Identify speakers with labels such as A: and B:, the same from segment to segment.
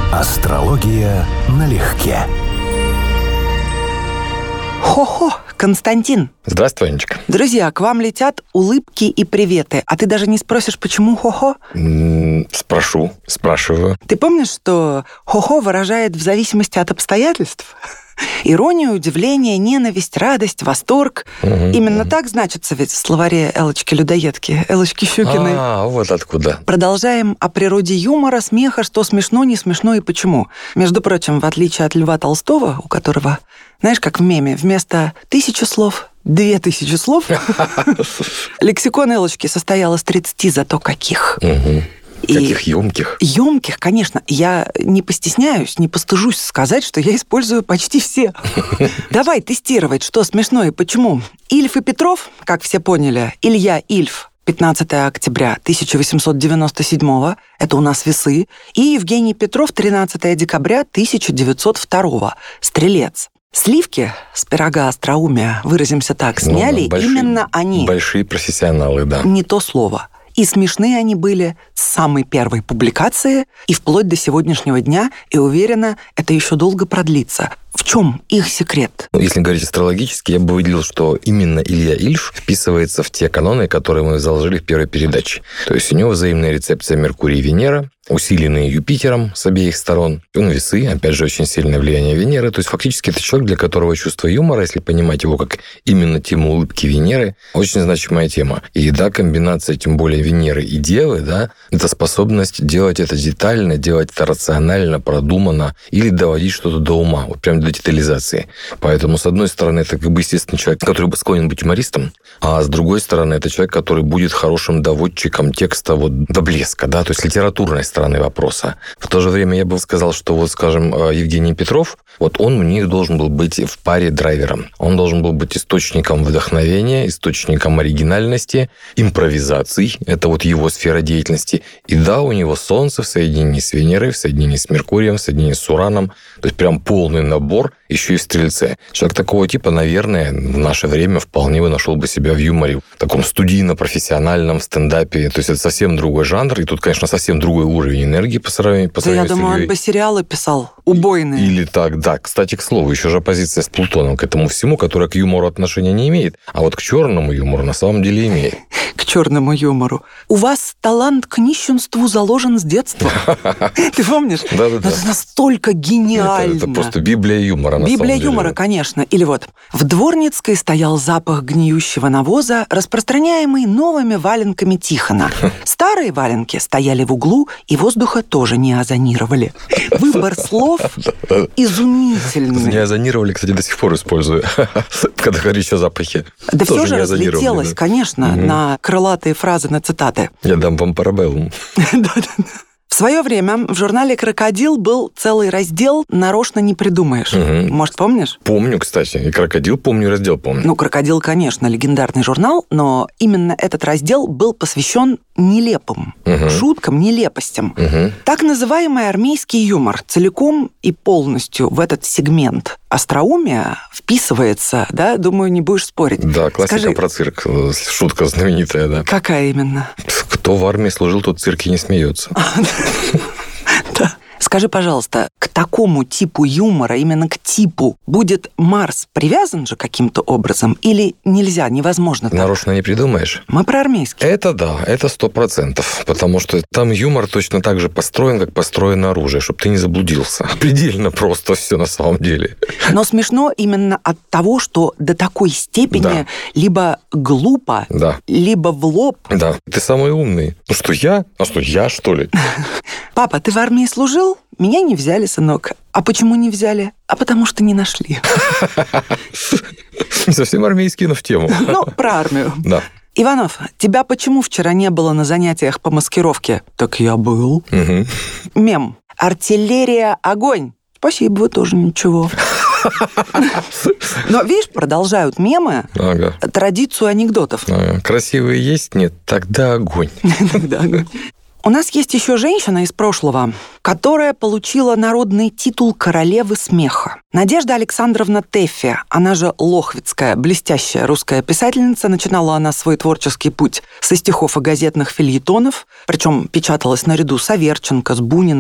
A: Астрология налегке.
B: Хо-хо, Константин.
C: Здравствуй, Анечка.
B: Друзья, к вам летят улыбки и приветы. А ты даже не спросишь, почему хо-хо?
C: Спрашиваю.
B: Ты помнишь, что хо-хо выражает в зависимости от обстоятельств? Иронию, удивление, ненависть, радость, восторг. Именно так значится ведь в словаре Элочки-людоедки, Элочки Щукиной.
C: Вот откуда.
B: Продолжаем о природе юмора, смеха, что смешно, не смешно и почему. Между прочим, в отличие от Льва Толстого, у которого, знаешь, как в меме, вместо 1000 слов 2000 слов, лексикон Элочки состоял из 30, зато каких.
C: Каких ёмких?
B: Ёмких, конечно. Я не постесняюсь, не постыжусь сказать, что я использую почти все. Давай тестировать, что смешно и почему. Ильф и Петров, как все поняли, Илья Ильф, 15 октября 1897, это у нас весы, и Евгений Петров, 13 декабря 1902, стрелец. Сливки с пирога остроумия, выразимся так, сняли именно они.
C: Большие профессионалы, да.
B: Не то слово. И смешные они были с самой первой публикации и вплоть до сегодняшнего дня, и уверена, это еще долго продлится. В чем их секрет?
C: Если говорить астрологически, я бы выделил, что именно Илья Ильф вписывается в те каноны, которые мы заложили в первой передаче. То есть у него взаимная рецепция Меркурий и Венера, усиленные Юпитером с обеих сторон. Он весы, опять же, очень сильное влияние Венеры. То есть фактически это человек, для которого чувство юмора, если понимать его как именно тему улыбки Венеры, очень значимая тема. И да, комбинация, тем более Венеры и Девы, да, это способность делать это детально, делать это рационально, продуманно или доводить что-то до ума, вот прям до детализации. Поэтому, с одной стороны, это как бы естественно человек, который склонен быть юмористом, а с другой стороны, это человек, который будет хорошим доводчиком текста вот до блеска, да, то есть литературной стороны вопроса. В то же время я бы сказал, что вот, скажем, Евгений Петров, вот он у них должен был быть в паре драйвером. Он должен был быть источником вдохновения, источником оригинальности, импровизаций. Это вот его сфера деятельности. И да, у него Солнце в соединении с Венерой, в соединении с Меркурием, в соединении с Ураном. То есть прям полный набор, еще и в Стрельце. Человек такого типа, наверное, в наше время вполне бы нашел бы себя в юморе, в таком студийно-профессиональном стендапе. То есть это совсем другой жанр, и тут, конечно, совсем другой уровень энергии по сравнению с
B: Я думаю, он бы сериалы писал, убойные.
C: Или так, да. Кстати, к слову, еще же оппозиция с Плутоном к этому всему, которая к юмору отношения не имеет, а вот к черному юмору на самом деле имеет.
B: К черному юмору. У вас талант к нищенству заложен с детства. Ты помнишь?
C: Да.
B: Это настолько гениально.
C: Это просто Библия юмора, на самом деле.
B: Библия юмора, конечно. Или вот. В Дворницкой стоял запах гниющего навоза, распространяемый новыми валенками Тихона. Старые валенки стояли в углу, и воздуха тоже не озонировали. Выбор слов изумительный.
C: Не озонировали, кстати, до сих пор использую, когда говоришь о запахе.
B: Да все же разлетелось, конечно, на крылатые фразы, на цитаты.
C: Я дам вам парабеллум.
B: Да. В свое время в журнале «Крокодил» был целый раздел «Нарочно не придумаешь». Может, помнишь?
C: Помню, кстати. И «Крокодил» помню, и раздел помню.
B: Ну, «Крокодил», конечно, легендарный журнал, но именно этот раздел был посвящен нелепым шуткам, нелепостям. Так называемый армейский юмор целиком и полностью в этот сегмент остроумия вписывается, да? Думаю, не будешь спорить.
C: Да, классика про цирк. Шутка знаменитая, да.
B: Какая именно?
C: Кто в армии служил, тот в цирке не смеется.
B: Да. Скажи, пожалуйста, к такому типу юмора, именно к типу, будет Марс привязан же каким-то образом? Или нельзя, невозможно так?
C: Нарочно не придумаешь?
B: Мы про армейский.
C: Это да, это 100%. Потому что там юмор точно так же построен, как построено оружие, чтобы ты не заблудился. Предельно просто все на самом деле.
B: Но смешно именно от того, что до такой степени либо глупо, либо в лоб.
C: Да, ты самый умный. Ну что, я? А что, я, что ли?
B: Папа, ты в армии служил? Меня не взяли, сынок. А почему не взяли? А потому что не нашли.
C: Не совсем армейский, но в тему.
B: Ну, про армию.
C: Да.
B: Иванов, тебя почему вчера не было на занятиях по маскировке? Так я был. Мем. Артиллерия, огонь. Спасибо, вы тоже ничего. Но, видишь, продолжают мемы традицию анекдотов.
C: Красивые есть? Нет. Тогда огонь.
B: Тогда огонь. У нас есть еще женщина из прошлого, которая получила народный титул королевы смеха. Надежда Александровна Тэффи, она же Лохвицкая, блестящая русская писательница. Начинала она свой творческий путь со стихов и газетных фельетонов, причем печаталась наряду с Аверченко, с Буниным,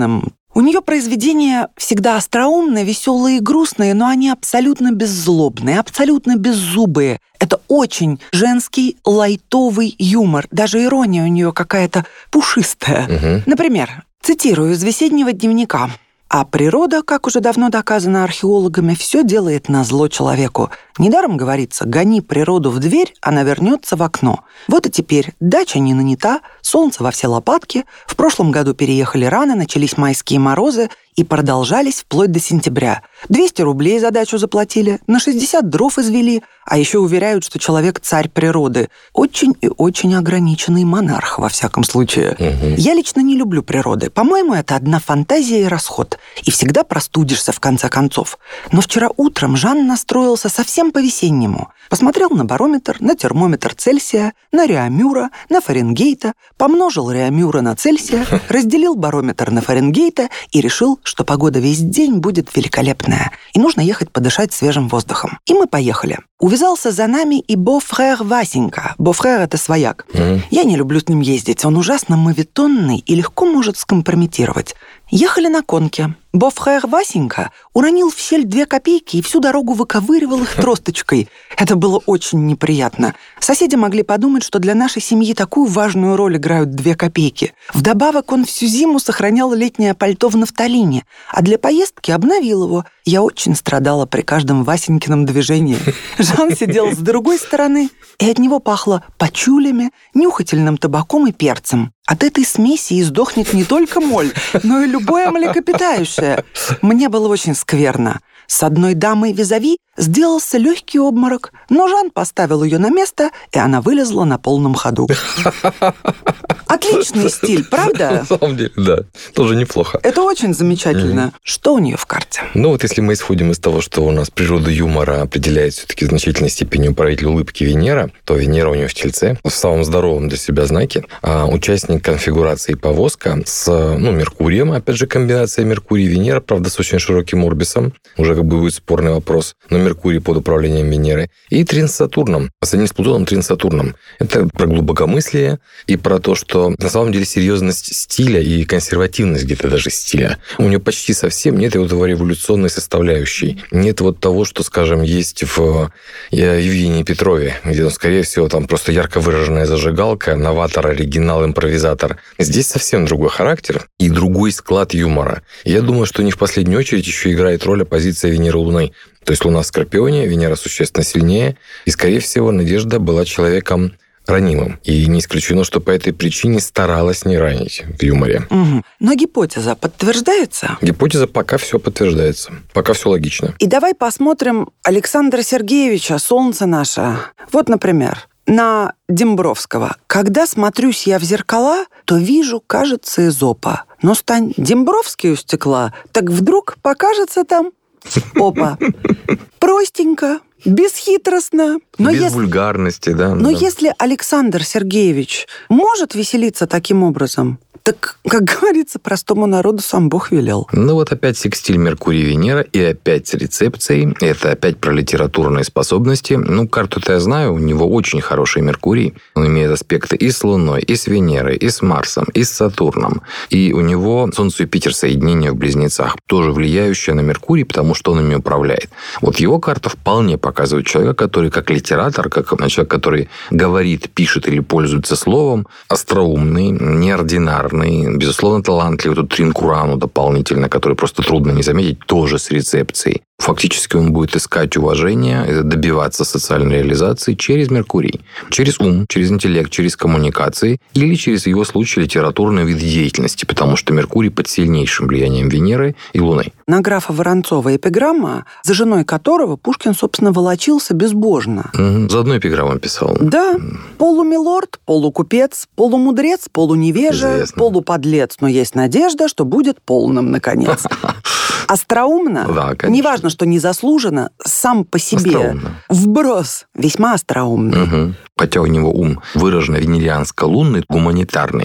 B: У нее произведения всегда остроумные, веселые и грустные, но они абсолютно беззлобные, абсолютно беззубые. Это очень женский лайтовый юмор. Даже ирония у нее какая-то пушистая. Например, цитирую из «Весеннего дневника». А природа, как уже давно доказано археологами, все делает назло человеку. Недаром говорится: гони природу в дверь, она вернется в окно. Вот и теперь дача не нанята, солнце во все лопатки. В прошлом году переехали рано, начались майские морозы и продолжались вплоть до сентября. 200 рублей за дачу заплатили, на 60 дров извели, а еще уверяют, что человек царь природы. Очень и очень ограниченный монарх, во всяком случае. Я лично не люблю природы. По-моему, это одна фантазия и расход. И всегда простудишься в конце концов. Но вчера утром Жан настроился совсем по-весеннему. Посмотрел на барометр, на термометр Цельсия, на Реамюра, на Фаренгейта, помножил Реамюра на Цельсия, разделил барометр на Фаренгейта и решил, что погода весь день будет великолепная, и нужно ехать подышать свежим воздухом. И мы поехали. Увязался за нами и бофрэр Васенька. Бофрэр — это свояк. Я не люблю с ним ездить. Он ужасно моветонный и легко может скомпрометировать. Ехали на конке. Бофрэр Васенька уронил в щель 2 копейки и всю дорогу выковыривал их тросточкой. Это было очень неприятно. Соседи могли подумать, что для нашей семьи такую важную роль играют 2 копейки. Вдобавок он всю зиму сохранял летнее пальто в нафталине, а для поездки обновил его. Я очень страдала при каждом Васенькином движении. Жан сидел с другой стороны, и от него пахло пачулями, нюхательным табаком и перцем. От этой смеси и сдохнет не только моль, но и любое млекопитающее. Мне было очень скверно. С одной дамой визави сделался легкий обморок, но Жан поставил ее на место, и она вылезла на полном ходу. Отличный стиль, правда?
C: На самом деле, да. Тоже неплохо.
B: Это очень замечательно. Что у нее в карте?
C: Ну вот если мы исходим из того, что у нас природа юмора определяет все-таки в значительной степени управитель улыбки Венера, то Венера у нее в Тельце, в самом здоровом для себя знаке, а участник конфигурации повозка с Меркурием, опять же, комбинация Меркурий и Венера, правда, с очень широким орбисом, уже как бы будет спорный вопрос, но Меркурий под управлением Венеры, и Трин с Сатурном, соединение с Плутоном, Трин с Сатурном. Это про глубокомыслие и про то, что на самом деле серьезность стиля и консервативность где-то даже стиля. У нее почти совсем нет вот его революционной составляющей. Нет вот того, что, скажем, есть в Евгении Петрове, где он, скорее всего, там просто ярко выраженная зажигалка, новатор, оригинал, импровизатор. Здесь совсем другой характер и другой склад юмора. И я думаю, что не в последнюю очередь еще играет роль оппозиция Венеры-Луны. То есть Луна в Скорпионе, Венера существенно сильнее, и, скорее всего, Надежда была человеком ранимым. И не исключено, что по этой причине старалась не ранить в юморе.
B: Но гипотеза подтверждается?
C: Гипотеза пока все подтверждается. Пока все логично.
B: И давай посмотрим Александра Сергеевича, солнце наше. Вот, например, на Дембровского. Когда смотрюсь я в зеркала, то вижу, кажется, Эзопа. Но стань Дембровский у стекла, так вдруг покажется там опа. Простенько, бесхитростно. Но
C: без вульгарности, да.
B: Но если Александр Сергеевич может веселиться таким образом, так, как говорится, простому народу сам Бог велел.
C: Ну вот опять секстиль Меркурий-Венера и опять с рецепцией. Это опять про литературные способности. Карту-то я знаю, у него очень хороший Меркурий. Он имеет аспекты и с Луной, и с Венерой, и с Марсом, и с Сатурном. И у него Солнце-Юпитер соединение в Близнецах, тоже влияющее на Меркурий, потому что он ими управляет. Вот его карта вполне показывает человека, который как литератор, как человек, который говорит, пишет или пользуется словом, остроумный, неординарный, безусловно, талантливый. Тут Трин к Урану дополнительно, который просто трудно не заметить, тоже с рецепцией. Фактически он будет искать уважение, добиваться социальной реализации через Меркурий. Через ум, через интеллект, через коммуникации или через его случай литературный вид деятельности, потому что Меркурий под сильнейшим влиянием Венеры и Луны.
B: На графа Воронцова эпиграмма, за женой которого Пушкин, собственно, волочился безбожно.
C: Заодно эпиграмму писал.
B: Да. Полумилорд, полукупец, полумудрец, полуневежа,
C: Известно.
B: Полуподлец, но есть надежда, что будет полным, наконец. Остроумно,
C: да, конечно.
B: Неважно, что незаслуженно, сам по себе.
C: Остроумно.
B: Вброс весьма остроумный.
C: Хотя у него ум выраженно венерианско-лунный, гуманитарный.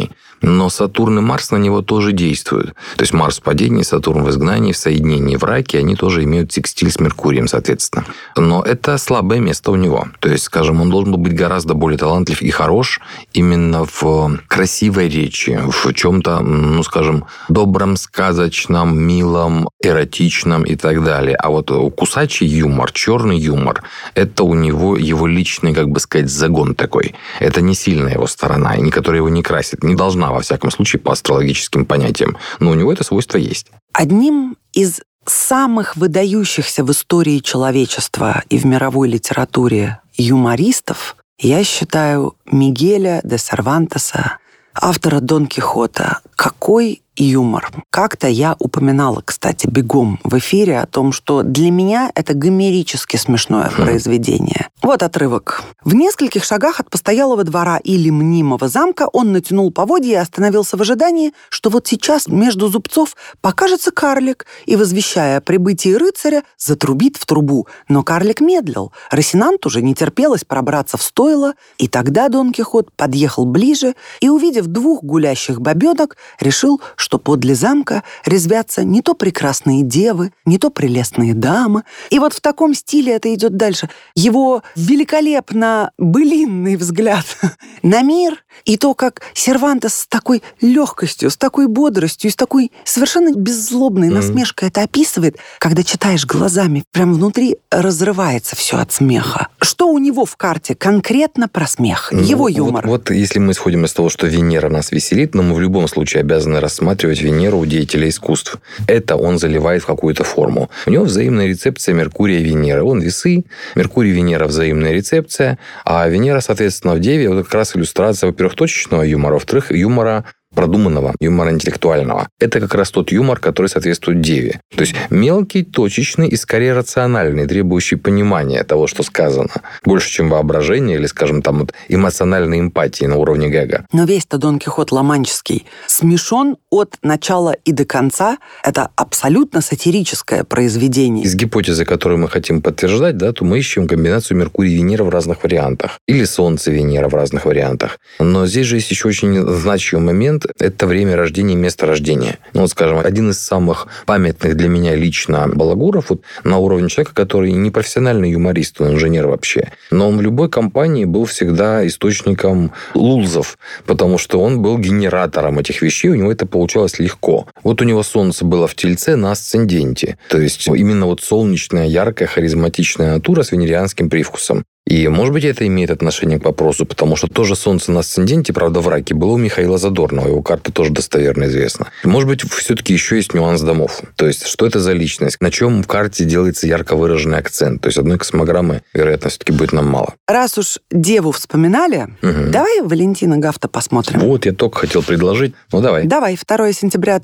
C: Но Сатурн и Марс на него тоже действуют. То есть Марс в падении, Сатурн в изгнании, в соединении в раке, они тоже имеют секстиль с Меркурием, соответственно. Но это слабое место у него. То есть, скажем, он должен был быть гораздо более талантлив и хорош именно в красивой речи, в чем-то, ну, скажем, добром, сказочном, милом, эротичном и так далее. А вот кусачий юмор, черный юмор, это у него его личный, как бы сказать, загон такой. Это не сильная его сторона, и которая его не красит. Не должна, во всяком случае, по астрологическим понятиям. Но у него это свойство есть.
B: Одним из самых выдающихся в истории человечества и в мировой литературе юмористов я считаю Мигеля де Сервантеса, автора Дон Кихота. Какой юмор. Как-то я упоминала, кстати, бегом в эфире о том, что для меня это гомерически смешное произведение. Вот отрывок. В нескольких шагах от постоялого двора или мнимого замка он натянул поводья и остановился в ожидании, что вот сейчас между зубцов покажется карлик и, возвещая о прибытии рыцаря, затрубит в трубу. Но карлик медлил. Росинанту уже не терпелось пробраться в стойло, и тогда Дон Кихот подъехал ближе и, увидев двух гулящих бабенок, решил, что подле замка резвятся не то прекрасные девы, не то прелестные дамы. И вот в таком стиле это идет дальше. Его великолепно былинный взгляд на мир и то, как Сервантес с такой легкостью, с такой бодростью и с такой совершенно беззлобной насмешкой это описывает, когда читаешь глазами, прям внутри разрывается все от смеха. Что у него в карте конкретно про смех? Его юмор.
C: Вот если мы исходим из того, что Венера нас веселит, но мы в любом случае обязаны рассматривать Венеру у деятеля искусств. Это он заливает в какую-то форму. У него взаимная рецепция Меркурия и Венеры. Он весы, Меркурий и Венера взаимная рецепция, а Венера, соответственно, в Деве. Вот как раз иллюстрация, во-первых, точечного юмора, во-вторых, юмора продуманного, юмора интеллектуального. Это как раз тот юмор, который соответствует Деве. То есть мелкий, точечный и скорее рациональный, требующий понимания того, что сказано. Больше, чем воображение или, скажем, там вот эмоциональной эмпатии на уровне гэга.
B: Но весь-то Дон Кихот ла-манческий смешон от начала и до конца. Это абсолютно сатирическое произведение.
C: Из гипотезы, которую мы хотим подтверждать, да, то мы ищем комбинацию Меркурия и Венера в разных вариантах. Или Солнце и Венера в разных вариантах. Но здесь же есть еще очень значимый момент. Это время рождения и место рождения. Ну, вот, скажем, один из самых памятных для меня лично балагуров вот, на уровне человека, который не профессиональный юморист, он инженер вообще. Но он в любой компании был всегда источником лулзов, потому что он был генератором этих вещей, у него это получалось легко. Вот у него Солнце было в Тельце на асценденте. То есть именно вот солнечная, яркая, харизматичная натура с венерианским привкусом. И, может быть, это имеет отношение к вопросу, потому что тоже Солнце на асценденте, правда, в раке, было у Михаила Задорнова. Его карта тоже достоверно известна. Может быть, все-таки еще есть нюанс домов. То есть, что это за личность? На чем в карте делается ярко выраженный акцент? То есть, одной космограммы, вероятно, все-таки будет нам мало.
B: Раз уж Деву вспоминали, давай Валентина Гафта посмотрим.
C: Вот, я только хотел предложить. Ну, давай.
B: Давай, 2 сентября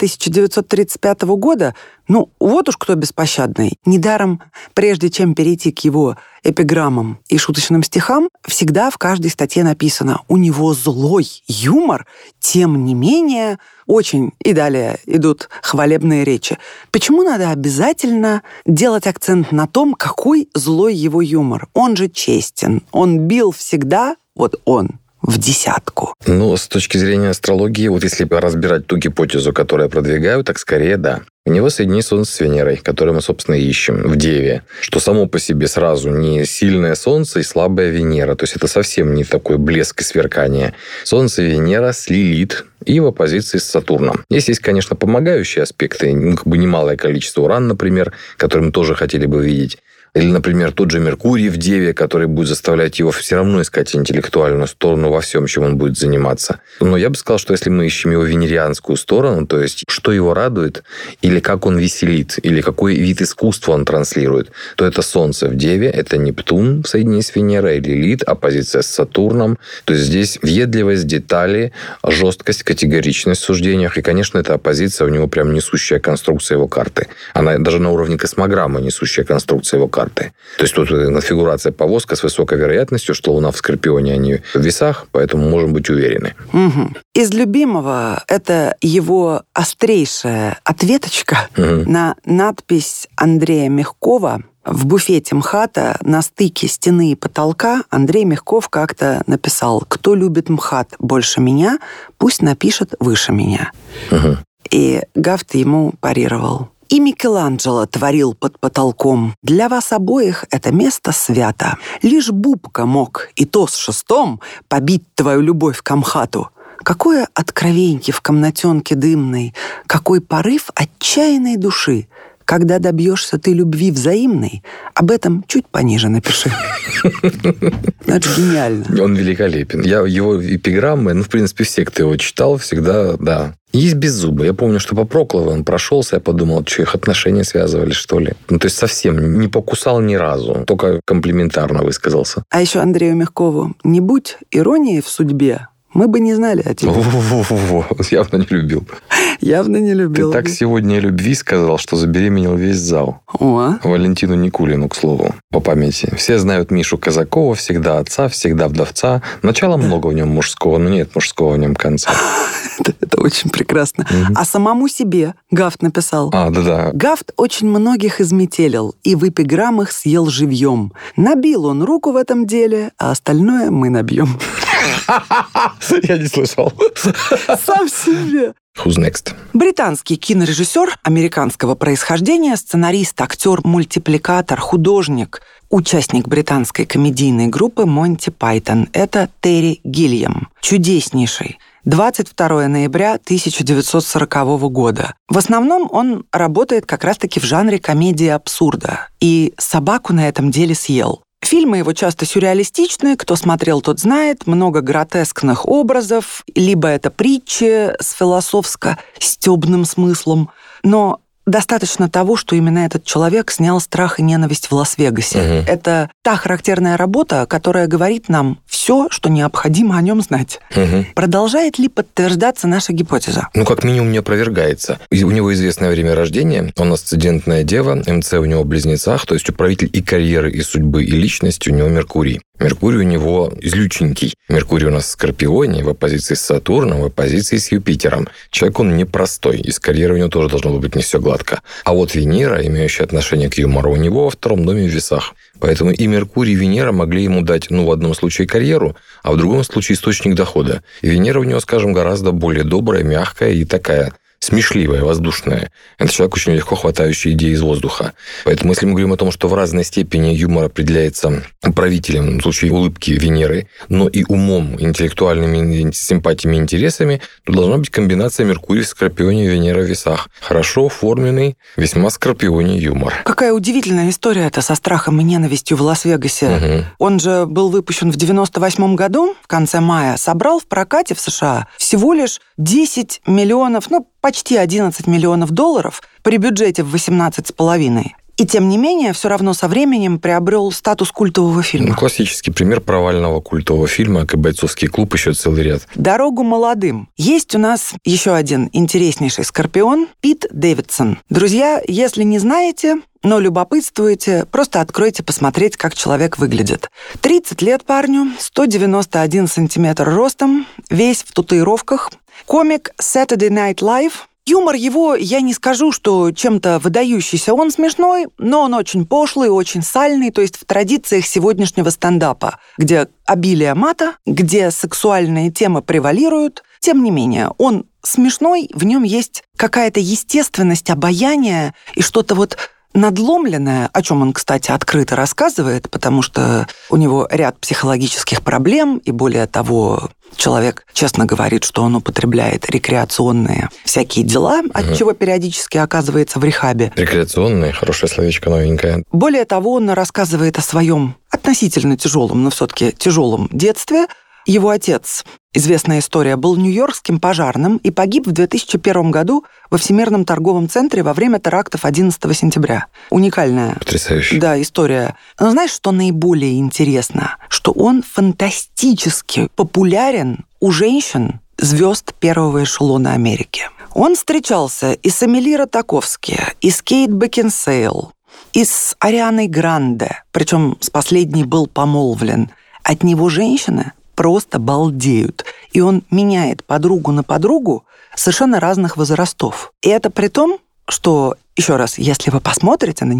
B: 1935 года. Ну, вот уж кто беспощадный. Недаром, прежде чем перейти к его эпиграммам и шуточным стихам, всегда в каждой статье написано «У него злой юмор, тем не менее...» Очень. И далее идут хвалебные речи. Почему надо обязательно делать акцент на том, какой злой его юмор? Он же честен. Он бил всегда, вот он, в десятку.
C: Ну, с точки зрения астрологии, вот если разбирать ту гипотезу, которую я продвигаю, так скорее да. У него соединение Солнца с Венерой, которое мы, собственно, ищем в Деве, что само по себе сразу не сильное Солнце и слабая Венера. То есть это совсем не такой блеск и сверкание. Солнце и Венера с Лилит и в оппозиции с Сатурном. Здесь есть, конечно, помогающие аспекты. Ну, как бы немалое количество Уран, например, который мы тоже хотели бы видеть. Или, например, тот же Меркурий в Деве, который будет заставлять его все равно искать интеллектуальную сторону во всем, чем он будет заниматься. Но я бы сказал, что если мы ищем его венерианскую сторону, то есть что его радует, или как он веселит, или какой вид искусства он транслирует, то это Солнце в Деве, это Нептун в соединении с Венерой, Лилит, оппозиция с Сатурном. То есть здесь въедливость, детали, жесткость, категоричность в суждениях. И, конечно, эта оппозиция у него прям несущая конструкция его карты. Она даже на уровне космограммы несущая конструкция его карты. То есть тут конфигурация повозка с высокой вероятностью, что Луна в Скорпионе, а не в Весах, поэтому можем быть уверены.
B: Угу. Из любимого это его острейшая ответочка на надпись Андрея Мягкова В буфете МХАТа на стыке стены и потолка Андрей Мягков как-то написал: «Кто любит МХАТ больше меня, пусть напишет выше меня».
C: Угу.
B: И Гафт ему парировал: «И Микеланджело творил под потолком. Для вас обоих это место свято. Лишь Бубка мог, и то с шестом, побить твою любовь к МХАТу. Какое откровенье в комнатенке дымной, какой порыв отчаянной души. Когда добьешься ты любви взаимной, об этом чуть пониже напиши». Это гениально.
C: Он великолепен. Я его эпиграммы, в принципе, все, кто его читал, всегда, да. Есть Беззубый. Я помню, что по Проклову он прошелся, я подумал, что их отношения связывали, что ли. То есть совсем не покусал ни разу, только комплиментарно высказался.
B: А еще Андрею Мягкову: «Не будь иронии в судьбе, мы бы не знали о тебе».
C: Явно не любил.
B: Явно не любил.
C: Ты так сегодня о любви сказал, что забеременел весь зал.
B: О.
C: Валентину Никулину, к слову, по памяти. Все знают Мишу Казакова, всегда отца, всегда вдовца. Начала много в нем мужского, но нет мужского в нем конца.
B: Это очень прекрасно. А самому себе Гафт написал:
C: да.
B: «Гафт очень многих изметелил и в эпиграммах съел живьем. Набил он руку в этом деле, а остальное мы набьем».
C: Я не слышал.
B: Сам себе.
C: Who's next?
B: Британский кинорежиссер американского происхождения, сценарист, актер, мультипликатор, художник, участник британской комедийной группы Монти Пайтон. Это Терри Гиллиам. Чудеснейший. 22 ноября 1940 года. В основном он работает как раз-таки в жанре комедии абсурда. И собаку на этом деле съел. Фильмы его часто сюрреалистичны, кто смотрел, тот знает, много гротескных образов, либо это притчи с философско-стёбным смыслом, но достаточно того, что именно этот человек снял «Страх и ненависть» в Лас-Вегасе. Это та характерная работа, которая говорит нам все, что необходимо о нем знать. Продолжает ли подтверждаться наша гипотеза?
C: Как минимум не опровергается. У него известное время рождения, он асцендентная дева, МЦ у него в близнецах, то есть управитель и карьеры, и судьбы, и личности у него Меркурий. Меркурий у него излюченький. Меркурий у нас в Скорпионе, в оппозиции с Сатурном, в оппозиции с Юпитером. Человек он непростой, и с карьерой у него тоже должно быть не все гладко. А вот Венера, имеющая отношение к юмору, у него во втором доме в Весах. Поэтому и Меркурий, и Венера могли ему дать, в одном случае карьеру, а в другом случае источник дохода. И Венера у него, скажем, гораздо более добрая, мягкая и такая смешливая, воздушная. Это человек, очень легко хватающий идеи из воздуха. Поэтому, если мы говорим о том, что в разной степени юмор определяется правителем, в случае улыбки Венеры, но и умом, интеллектуальными симпатиями и интересами, то должна быть комбинация Меркурий в Скорпионе и Венера в Весах. Хорошо оформленный, весьма Скорпионе юмор.
B: Какая удивительная история-то со «Страхом и ненавистью» в Лас-Вегасе. Он же был выпущен в 98 году, в конце мая, собрал в прокате в США всего лишь 10 миллионов, почти 11 миллионов долларов при бюджете в 18,5. И тем не менее, все равно со временем приобрел статус культового фильма.
C: Классический пример провального культового фильма, как «Бойцовский клуб», еще целый ряд.
B: «Дорогу молодым». Есть у нас еще один интереснейший скорпион – Пит Дэвидсон. Друзья, если не знаете, но любопытствуете, просто откройте посмотреть, как человек выглядит. 30 лет парню, 191 сантиметр ростом, весь в татуировках. Комик Saturday Night Live. Юмор его, я не скажу, что чем-то выдающийся. Он смешной, но он очень пошлый, очень сальный, то есть в традициях сегодняшнего стендапа, где обилие мата, где сексуальные темы превалируют. Тем не менее, он смешной, в нем есть какая-то естественность, обаяние и что-то надломленное, о чем он, кстати, открыто рассказывает, потому что у него ряд психологических проблем, и более того, человек честно говорит, что он употребляет рекреационные всякие дела, от чего периодически оказывается в рехабе.
C: Рекреационные, хорошее словечко, новенькое.
B: Более того, он рассказывает о своем относительно тяжелом, но все-таки тяжелом детстве. Его отец, известная история, был нью-йоркским пожарным и погиб в 2001 году во Всемирном торговом центре во время терактов 11 сентября. Уникальная.
C: Потрясающе.
B: Да, история. Но знаешь, что наиболее интересно? Что он фантастически популярен у женщин, звезд первого эшелона Америки. Он встречался и с Эмили Ратаковски, и с Кейт Бекинсейл, и с Арианой Гранде, причем с последней был помолвлен. От него женщины просто балдеют. И он меняет подругу на подругу совершенно разных возрастов. И это при том, что, еще раз, если вы посмотрите на него,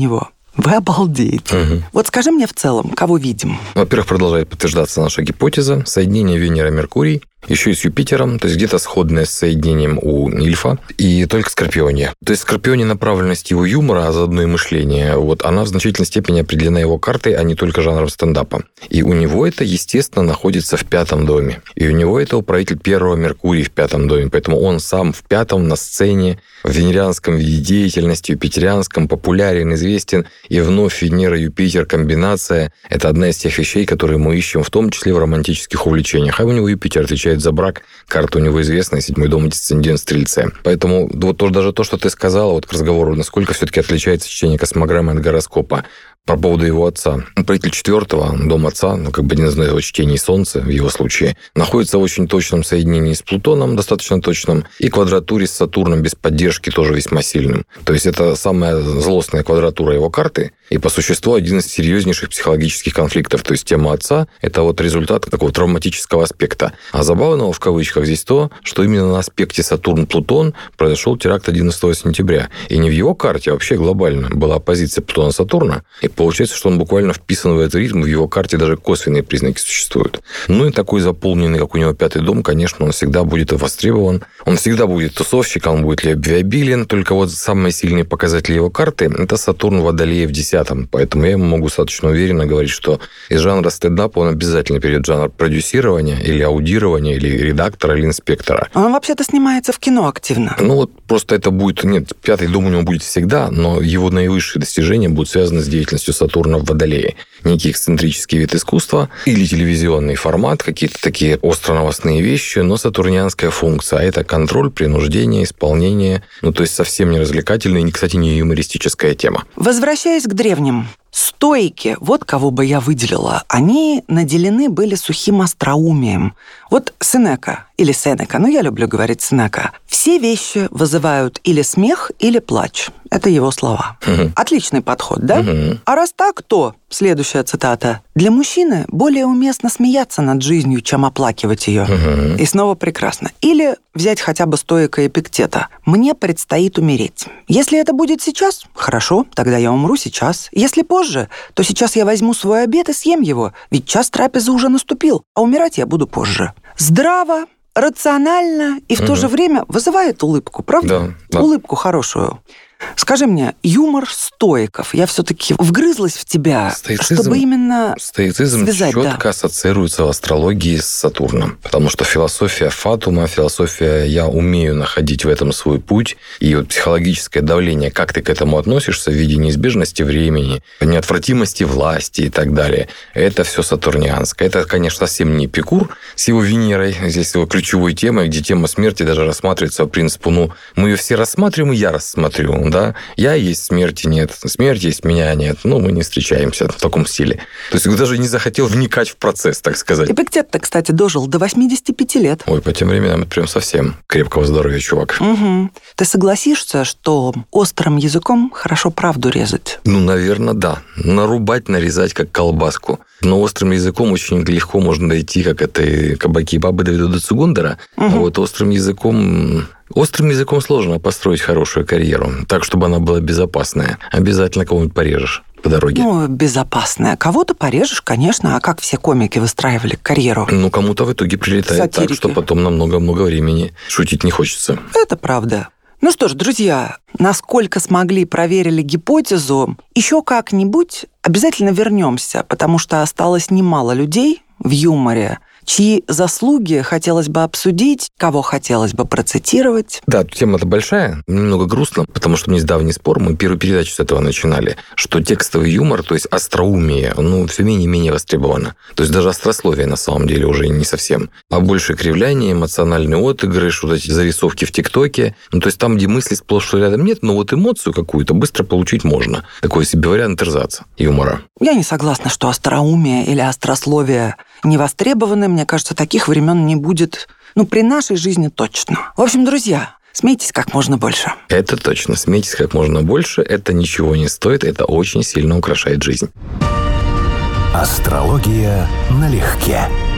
B: Вы обалдеете.
C: Угу.
B: Вот скажи мне в целом, кого видим?
C: Во-первых, продолжает подтверждаться наша гипотеза. Соединение Венера-Меркурий еще и с Юпитером, то есть где-то сходное с соединением у Ильфа, и только Скорпионе. То есть Скорпионе направленность его юмора, а заодно и мышления, вот она в значительной степени определена его картой, а не только жанром стендапа. И у него это, естественно, находится в 5 доме. И у него это управитель 1-го Меркурий в 5 доме, поэтому он сам в 5-м на сцене, в венерианском виде деятельности, юпитерианском, популярен, известен, и вновь Венера-Юпитер комбинация – это одна из тех вещей, которые мы ищем, в том числе в романтических увлечениях. А у него Юпитер отвечает за брак, карта у него известная, 7-й дом, дисцендент Стрельце. Поэтому вот даже то, что ты сказала, вот к разговору, насколько все-таки отличается чтение космограммы от гороскопа. По поводу его отца. Правитель 4-го, дом отца, один из его чтений Солнца в его случае, находится в очень точном соединении с Плутоном, достаточно точном, и квадратуре с Сатурном без поддержки тоже весьма сильным. То есть это самая злостная квадратура его карты, и по существу один из серьезнейших психологических конфликтов. То есть тема отца – это вот результат такого травматического аспекта. А забавного в кавычках здесь то, что именно на аспекте Сатурн-Плутон произошел теракт 11 сентября. И не в его карте, а вообще глобально была оппозиция Плутона-Сатурна, и получается, что он буквально вписан в этот ритм, в его карте даже косвенные признаки существуют. Ну и такой заполненный, как у него 5-й дом, конечно, он всегда будет востребован. Он всегда будет тусовщиком, он будет любвеобилен, только вот самые сильные показатели его карты – это Сатурн Водолея в 10-м. Поэтому я ему могу достаточно уверенно говорить, что из жанра стендапа он обязательно перейдет в жанр продюсирования или аудирования, или редактора, или инспектора.
B: Он вообще-то снимается в кино активно.
C: Ну вот просто это будет... Нет, 5-й дом у него будет всегда, но его наивысшие достижения будут связаны с деятельностью Сатурна в Водолее. Некий эксцентрический вид искусства или телевизионный формат, какие-то такие остро-новостные вещи, но сатурнианская функция. А это контроль, принуждение, исполнение. Ну, то есть совсем не развлекательная и, кстати, не юмористическая тема.
B: Возвращаясь к древним. Стоики, вот кого бы я выделила, они наделены были сухим остроумием. Вот Сенека или Сенека, я люблю говорить Сенека, все вещи вызывают или смех, или плач. Это его слова. Отличный подход, да? А раз так, то, следующая цитата, «Для мужчины более уместно смеяться над жизнью, чем оплакивать ее». И снова прекрасно. Или взять хотя бы стоика Эпиктета. «Мне предстоит умереть. Если это будет сейчас, хорошо, тогда я умру сейчас. Если позже, то сейчас я возьму свой обед и съем его, ведь час трапезы уже наступил, а умирать я буду позже». Здраво, рационально и в то же время вызывает улыбку, правда?
C: Да.
B: Улыбку хорошую. Скажи мне, юмор стоиков, я все-таки вгрызлась в тебя, чтобы именно
C: стоицизм
B: связать,
C: четко ассоциируется в астрологии с Сатурном, потому что философия фатума, философия «я умею находить в этом свой путь», и вот психологическое давление, как ты к этому относишься в виде неизбежности времени, неотвратимости власти и так далее, это все сатурнианское. Это, конечно, совсем не Эпикур с его Венерой, здесь его ключевой темой, где тема смерти даже рассматривается по принципу, мы ее все рассматриваем, и я рассмотрю. Да? Я есть, смерти нет. Смерть есть, меня нет. Мы не встречаемся в таком стиле. То есть даже не захотел вникать в процесс, так сказать.
B: Эпиктет-то, кстати, дожил до 85 лет.
C: Ой, по тем временам это прям совсем крепкого здоровья, чувак.
B: Угу. Ты согласишься, что острым языком хорошо правду резать?
C: Наверное, да. Нарубать, нарезать, как колбаску. Но острым языком очень легко можно дойти, как это и кабаки бабы доведут до Цугундера. А вот острым языком сложно построить хорошую карьеру, так, чтобы она была безопасная. Обязательно кого-нибудь порежешь по дороге.
B: Безопасная. Кого-то порежешь, конечно, а как все комики выстраивали карьеру?
C: Кому-то в итоге прилетает
B: сатирики.
C: Так, что потом на много-много времени шутить не хочется.
B: Это правда. Ну что ж, друзья, насколько смогли, проверили гипотезу. Еще как-нибудь обязательно вернемся, потому что осталось немало людей в юморе, чьи заслуги хотелось бы обсудить, кого хотелось бы процитировать.
C: Да, тема-то большая, немного грустно, потому что есть давний спор, мы первую передачу с этого начинали, что текстовый юмор, то есть остроумие, все менее и менее востребовано. То есть даже острословие на самом деле уже не совсем. А больше кривляние, эмоциональные отыгрыш, вот эти зарисовки в ТикТоке. То есть там, где мысли сплошь рядом нет, но вот эмоцию какую-то быстро получить можно. Такой себе вариант эрзаца юмора.
B: Я не согласна, что остроумие или острословие не востребованы. Мне кажется, таких времен не будет, при нашей жизни точно. В общем, друзья, смейтесь как можно больше.
C: Это точно. Смейтесь как можно больше. Это ничего не стоит. Это очень сильно украшает жизнь.
A: Астрология налегке.